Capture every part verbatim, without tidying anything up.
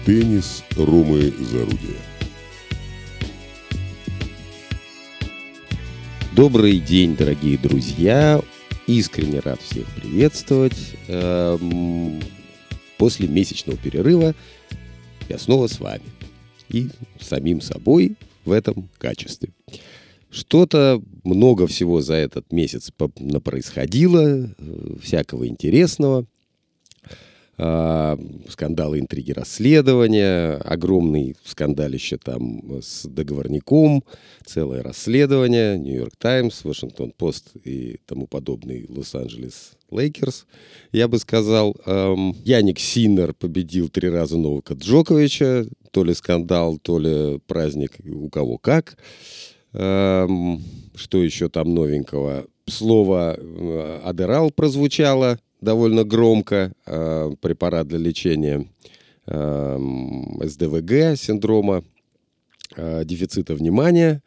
Теннис Ромы Зарудия. Добрый день, дорогие друзья! Искренне рад всех приветствовать. После месячного перерыва я снова с вами и самим собой в этом качестве. Что-то много всего за этот месяц происходило, всякого интересного. Скандалы, интриги, расследования, огромный скандалище там с договорником, целое расследование, Нью-Йорк Таймс, Вашингтон Пост и тому подобный, Лос-Анджелес Лейкерс, я бы сказал. Эм, Яник Синнер победил три раза Новака Джоковича, то ли скандал, то ли праздник, у кого как. Эм, что еще там новенького? Слово «адерал» прозвучало довольно громко, э, препарат для лечения э, эс дэ вэ гэ, синдрома э, дефицита внимания.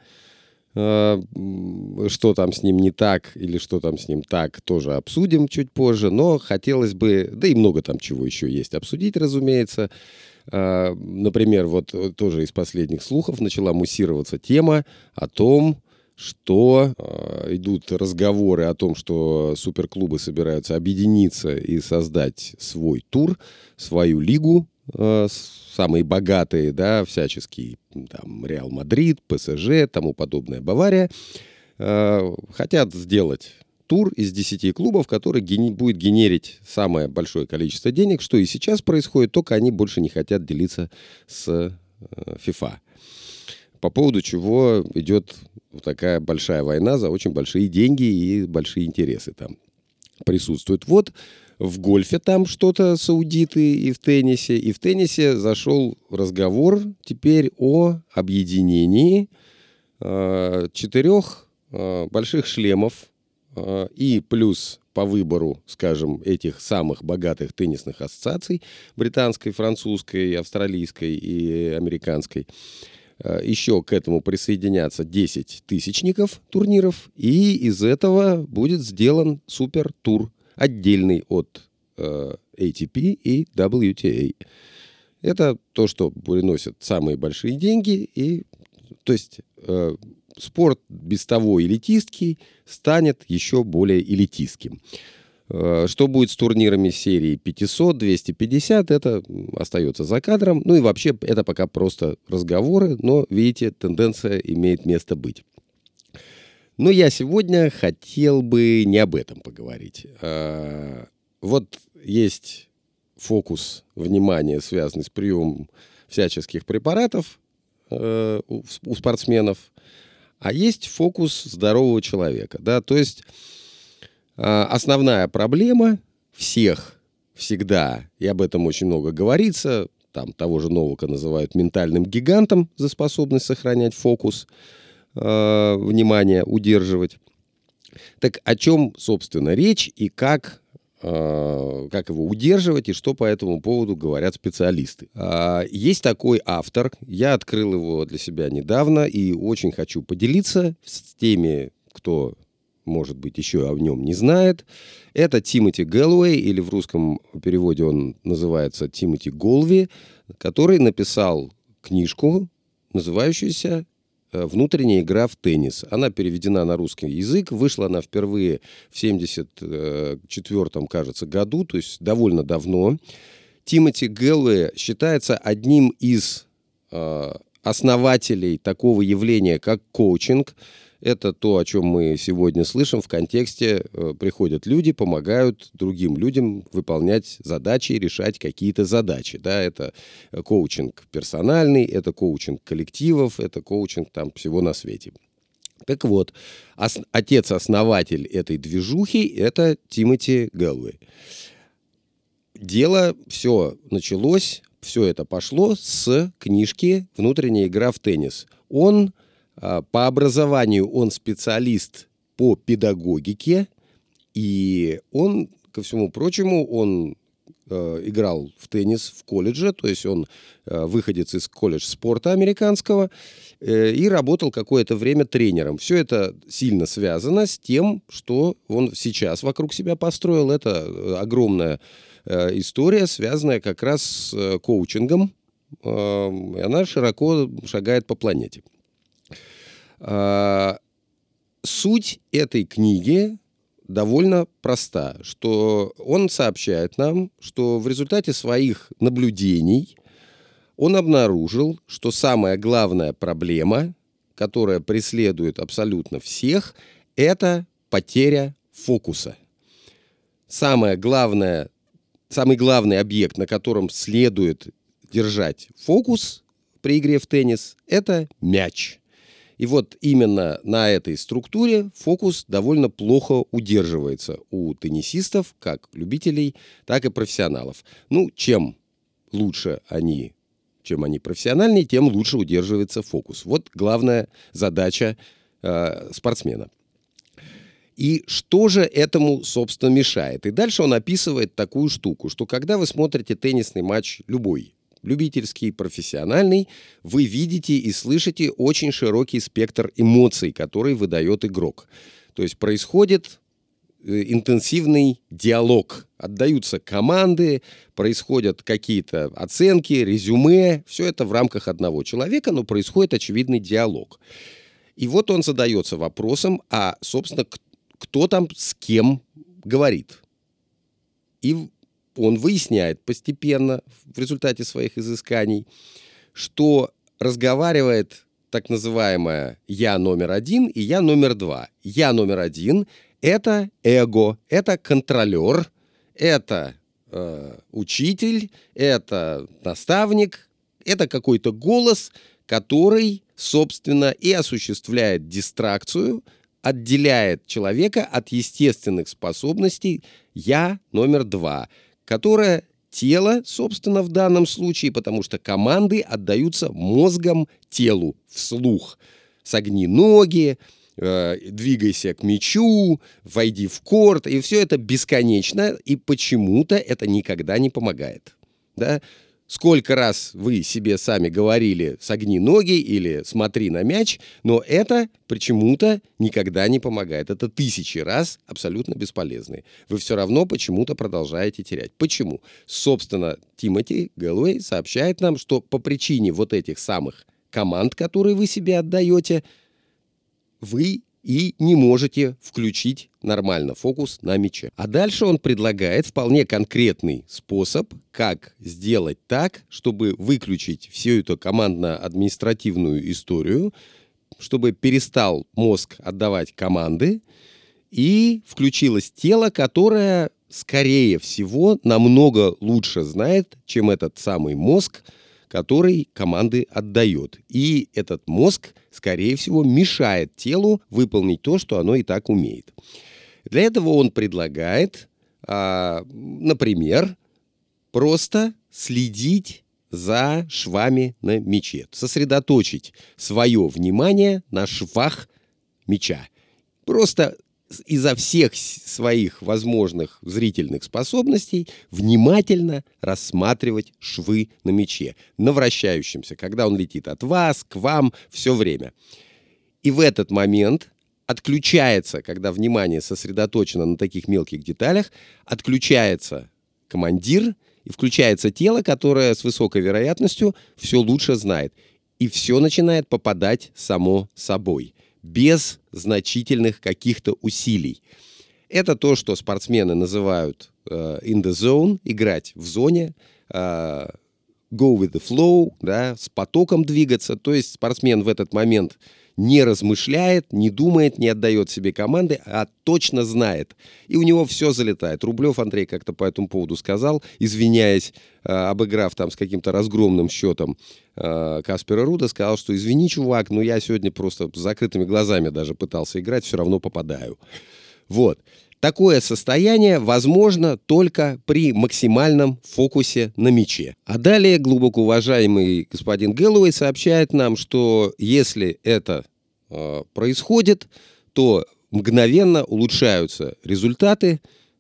Э, что там с ним не так или что там с ним так, тоже обсудим чуть позже. Но хотелось бы, да и много там чего еще есть обсудить, разумеется. Э, например, вот тоже из последних слухов начала муссироваться тема о том, что э, идут разговоры о том, что суперклубы собираются объединиться и создать свой тур, свою лигу, э, самые богатые, да, всяческие, там, Реал Мадрид, пэ эс жэ, тому подобное, Бавария, э, хотят сделать тур из десяти клубов, который гени- будет генерить самое большое количество денег, что и сейчас происходит, только они больше не хотят делиться с э, FIFA. По поводу чего идет такая большая война за очень большие деньги и большие интересы там присутствуют. Вот в гольфе там что-то саудиты и в теннисе. И в теннисе зашел разговор теперь о объединении э, четырех э, больших шлемов э, и плюс по выбору, скажем, этих самых богатых теннисных ассоциаций британской, французской, австралийской и американской. Еще к этому присоединятся десять тысячников турниров, и из этого будет сделан супер-тур, отдельный от э, эй ти пи и дабл ю ти эй. Это то, что приносит самые большие деньги, и, то есть э, спорт без того элитистский станет еще более элитистским. Что будет с турнирами серии пятьсот, двести пятьдесят, это остается за кадром. Ну и вообще это пока просто разговоры, но, видите, тенденция имеет место быть. Но я сегодня хотел бы не об этом поговорить. Вот есть фокус внимания, связанный с приемом всяческих препаратов у спортсменов, а есть фокус здорового человека, да, то есть основная проблема всех всегда, и об этом очень много говорится, там того же Новака называют ментальным гигантом за способность сохранять фокус, э, внимание удерживать. Так о чем, собственно, речь и как, э, как его удерживать, и что по этому поводу говорят специалисты. Э, есть такой автор, я открыл его для себя недавно и очень хочу поделиться с теми, кто, может быть, еще о нем не знает. Это Тимоти Гэллоуэй, или в русском переводе он называется Тимоти Голви, который написал книжку, называющуюся «Внутренняя игра в теннис». Она переведена на русский язык, вышла она впервые в семьдесят четвёртом, кажется, году, то есть довольно давно. Тимоти Гэллоуэй считается одним из э, основателей такого явления, как коучинг. Это то, о чем мы сегодня слышим в контексте э, приходят люди, помогают другим людям выполнять задачи, решать какие-то задачи. Да? Это коучинг персональный, это коучинг коллективов, это коучинг там всего на свете. Так вот, ос- отец-основатель этой движухи – это Тимоти Гэллоуэй. Дело все началось, все это пошло с книжки «Внутренняя игра в теннис». Он По образованию он специалист по педагогике, и он, ко всему прочему, он э, играл в теннис в колледже, то есть он э, выходец из колледжа спорта американского, э, и работал какое-то время тренером. Все это сильно связано с тем, что он сейчас вокруг себя построил. Это огромная э, история, связанная как раз с э, коучингом, и она широко шагает по планете. Суть этой книги довольно проста, что он сообщает нам, что в результате своих наблюдений он обнаружил, что самая главная проблема, которая преследует абсолютно всех, это потеря фокуса. Самое главное, самый главный объект, на котором следует держать фокус при игре в теннис, это мяч. И вот именно на этой структуре фокус довольно плохо удерживается у теннисистов, как любителей, так и профессионалов. Ну, чем лучше они, чем они профессиональнее, тем лучше удерживается фокус. Вот главная задача э, спортсмена. И что же этому, собственно, мешает? И дальше он описывает такую штуку, что когда вы смотрите теннисный матч любой, любительский, профессиональный, вы видите и слышите очень широкий спектр эмоций, который выдает игрок. То есть происходит интенсивный диалог. Отдаются команды, происходят какие-то оценки, резюме. Все это в рамках одного человека, но происходит очевидный диалог. И вот он задается вопросом, а, собственно, кто там с кем говорит. И он выясняет постепенно, в результате своих изысканий, что разговаривает так называемое «я номер один» и «я номер два». «Я номер один» — это эго, это контролер, это э, учитель, это наставник, это какой-то голос, который, собственно, и осуществляет дистракцию, отделяет человека от естественных способностей «я номер два», которое тело, собственно, в данном случае, потому что команды отдаются мозгом телу вслух. Согни ноги, э, двигайся к мячу, войди в корт, и все это бесконечно, и почему-то это никогда не помогает. Да? Сколько раз вы себе сами говорили «согни ноги» или «смотри на мяч», но это почему-то никогда не помогает. Это тысячи раз абсолютно бесполезные. Вы все равно почему-то продолжаете терять. Почему? Собственно, Тимоти Гэллоуэй сообщает нам, что по причине вот этих самых команд, которые вы себе отдаете, вы и не можете включить нормально фокус на мяче. А дальше он предлагает вполне конкретный способ, как сделать так, чтобы выключить всю эту командно-административную историю, чтобы перестал мозг отдавать команды и включилось тело, которое, скорее всего, намного лучше знает, чем этот самый мозг, который команды отдает. И этот мозг, скорее всего, мешает телу выполнить то, что оно и так умеет. Для этого он предлагает, а, например, просто следить за швами на мяче, сосредоточить свое внимание на швах мяча. Просто изо всех своих возможных зрительных способностей внимательно рассматривать швы на мяче, на вращающемся, когда он летит от вас, к вам, все время. И в этот момент отключается, когда внимание сосредоточено на таких мелких деталях, отключается командир и включается тело, которое с высокой вероятностью все лучше знает. И все начинает попадать само собой, без значительных каких-то усилий. Это то, что спортсмены называют uh, in the zone, играть в зоне, uh, go with the flow, да, с потоком двигаться. То есть спортсмен в этот момент не размышляет, не думает, не отдает себе команды, а точно знает. И у него все залетает. Рублев Андрей как-то по этому поводу сказал, извиняясь, э, обыграв там с каким-то разгромным счетом э, Каспера Руда, сказал, что извини, чувак, но я сегодня просто с закрытыми глазами даже пытался играть, все равно попадаю. Вот. Такое состояние возможно только при максимальном фокусе на мяче. А далее глубоко уважаемый господин Гэллоуэй сообщает нам, что если это э, происходит, то мгновенно улучшаются результаты.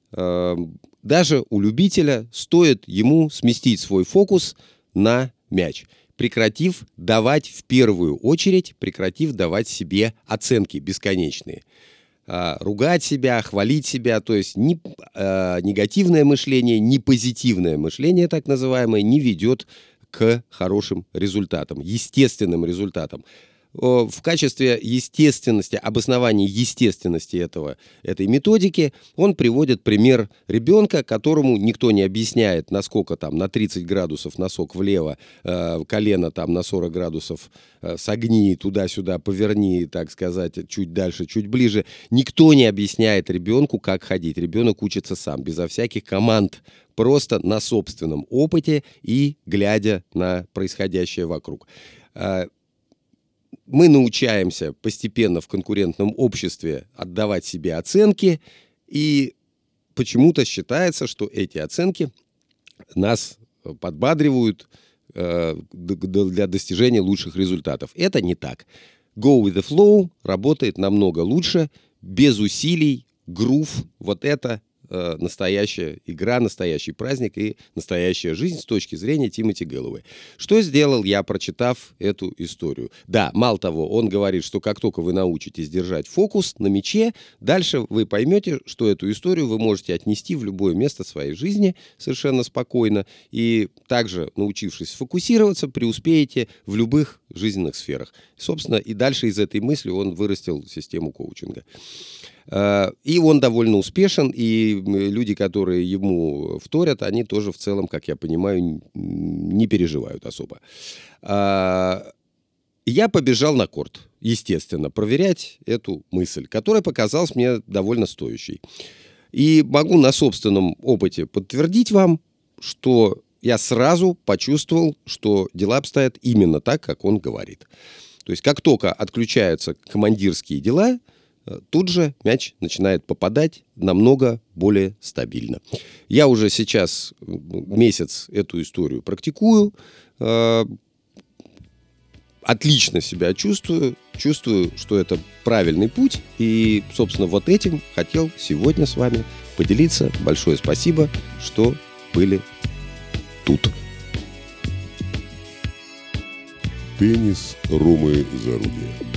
Э, даже у любителя стоит ему сместить свой фокус на мяч, прекратив давать в первую очередь, прекратив давать себе оценки бесконечные. Ругать себя, хвалить себя, то есть ни, э, негативное мышление, ни позитивное мышление, так называемое, не ведет к хорошим результатам, естественным результатам. В качестве естественности, обоснования естественности этого, этой методики он приводит пример ребенка, которому никто не объясняет, насколько там на тридцать градусов носок влево, э, колено там на сорок градусов э, согни, туда-сюда поверни, так сказать, чуть дальше, чуть ближе. Никто не объясняет ребенку, как ходить. Ребенок учится сам, безо всяких команд, просто на собственном опыте и глядя на происходящее вокруг. Мы научаемся постепенно в конкурентном обществе отдавать себе оценки, и почему-то считается, что эти оценки нас подбадривают э, для достижения лучших результатов. Это не так. Go with the flow работает намного лучше, без усилий, грув, вот это э, настоящая игра, настоящий праздник и настоящая жизнь с точки зрения Тимоти Гэллоуэя. Что сделал я, прочитав эту историю? Да, мало того, он говорит, что как только вы научитесь держать фокус на мяче, дальше вы поймете, что эту историю вы можете отнести в любое место своей жизни совершенно спокойно, и также, научившись фокусироваться, преуспеете в любых жизненных сферах. Собственно, и дальше из этой мысли он вырастил систему коучинга. И он довольно успешен, и люди, которые ему вторят, они тоже в целом, как я понимаю, не переживают особо. Я побежал на корт, естественно, проверять эту мысль, которая показалась мне довольно стоящей. И могу на собственном опыте подтвердить вам, что я сразу почувствовал, что дела обстоят именно так, как он говорит. То есть как только отключаются командирские дела, тут же мяч начинает попадать намного более стабильно. Я уже сейчас месяц эту историю практикую, отлично себя чувствую, чувствую, что это правильный путь, и, собственно, вот этим хотел сегодня с вами поделиться. Большое спасибо, что были тут. Теннис Ромы Зарудия.